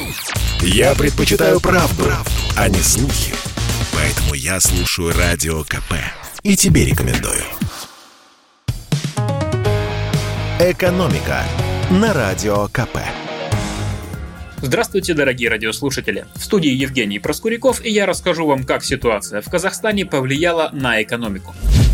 Я предпочитаю правду, а не слухи. Поэтому я слушаю Радио КП. И тебе рекомендую. «Экономика» на Радио КП. Здравствуйте, дорогие радиослушатели! В студии Евгений Проскуряков, и я расскажу вам, как ситуация в Казахстане повлияла на экономику.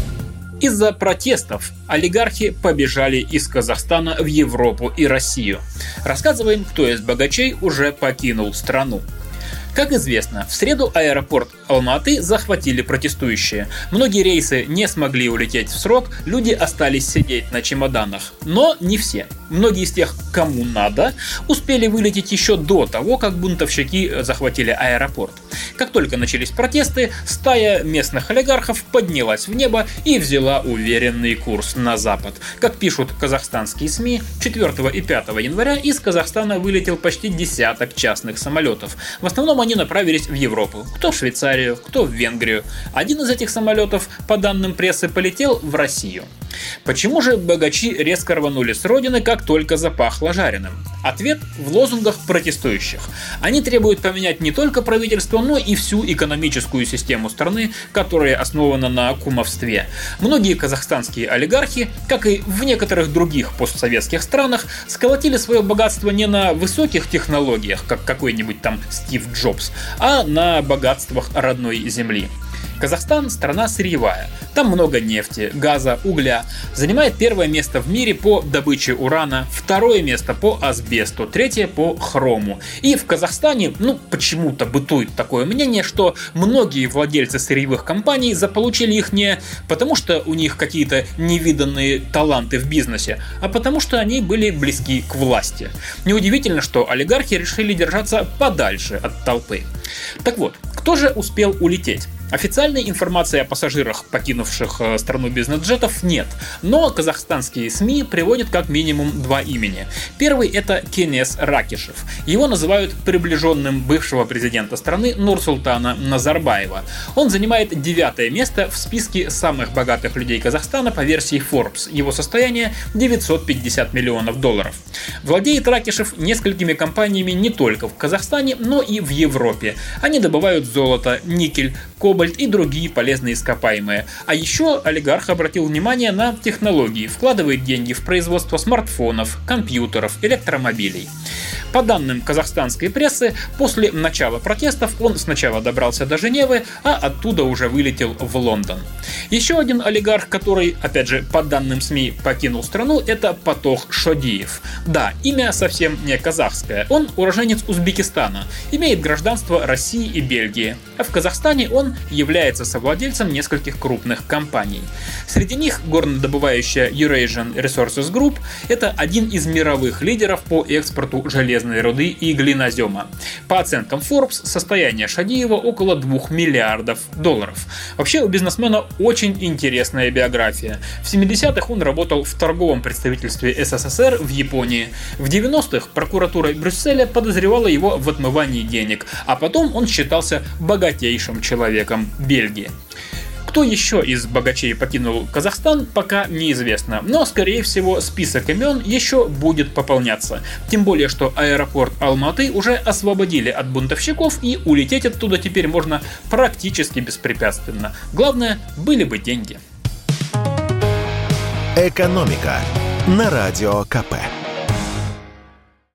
Из-за протестов олигархи побежали из Казахстана в Европу и Россию. Рассказываем, кто из богачей уже покинул страну. Как известно, в среду аэропорт Алматы захватили протестующие. Многие рейсы не смогли улететь в срок, люди остались сидеть на чемоданах. Но не все. Многие из тех, кому надо, успели вылететь еще до того, как бунтовщики захватили аэропорт. Как только начались протесты, стая местных олигархов поднялась в небо и взяла уверенный курс на запад. Как пишут казахстанские СМИ, 4 и 5 января из Казахстана вылетел почти десяток частных самолетов. В основном они направились в Европу. Кто в Швейцарию, кто в Венгрию. Один из этих самолетов, по данным прессы, полетел в Россию. Почему же богачи резко рванули с родины, как только запахло жареным? Ответ в лозунгах протестующих. Они требуют поменять не только правительство, но и всю экономическую систему страны, которая основана на кумовстве. Многие казахстанские олигархи, как и в некоторых других постсоветских странах, сколотили свое богатство не на высоких технологиях, как какой-нибудь там Стив Джобс, а на богатствах родной земли. Казахстан – страна сырьевая. Там много нефти, газа, угля. Занимает первое место в мире по добыче урана, второе место по асбесту, третье по хрому. И в Казахстане, почему-то бытует такое мнение, что многие владельцы сырьевых компаний заполучили их не потому, что у них какие-то невиданные таланты в бизнесе, а потому, что они были близки к власти. Неудивительно, что олигархи решили держаться подальше от толпы. Так вот, кто же успел улететь? Официальной информации о пассажирах, покинувших страну бизнес-джетов, нет, но казахстанские СМИ приводят как минимум два имени. Первый – это Кенес Ракишев. Его называют приближенным бывшего президента страны Нурсултана Назарбаева. Он занимает 9-е место в списке самых богатых людей Казахстана по версии Forbes. Его состояние – $950 миллионов. Владеет Ракишев несколькими компаниями не только в Казахстане, но и в Европе. Они добывают золото, никель, кобальт и другие полезные ископаемые. А еще олигарх обратил внимание на технологии, вкладывает деньги в производство смартфонов, компьютеров, электромобилей. По данным казахстанской прессы, после начала протестов он сначала добрался до Женевы, а оттуда уже вылетел в Лондон. Еще один олигарх, который, опять же, по данным СМИ, покинул страну, это Потох Шодиев. Да, имя совсем не казахское. Он уроженец Узбекистана, имеет гражданство России и Бельгии. А в Казахстане он является совладельцем нескольких крупных компаний. Среди них горнодобывающая Eurasian Resources Group – это один из мировых лидеров по экспорту железной руды и глинозема. По оценкам Forbes, состояние Шодиева около $2 миллиардов. Вообще у бизнесмена очень интересная биография. В 70-х он работал в торговом представительстве СССР в Японии. В 90-х прокуратура Брюсселя подозревала его в отмывании денег, а потом он считался богатейшим человеком Бельгии. Кто еще из богачей покинул Казахстан, пока неизвестно, но, скорее всего, список имен еще будет пополняться. Тем более, что аэропорт Алматы уже освободили от бунтовщиков, и улететь оттуда теперь можно практически беспрепятственно. Главное, были бы деньги. «Экономика» на Радио КП.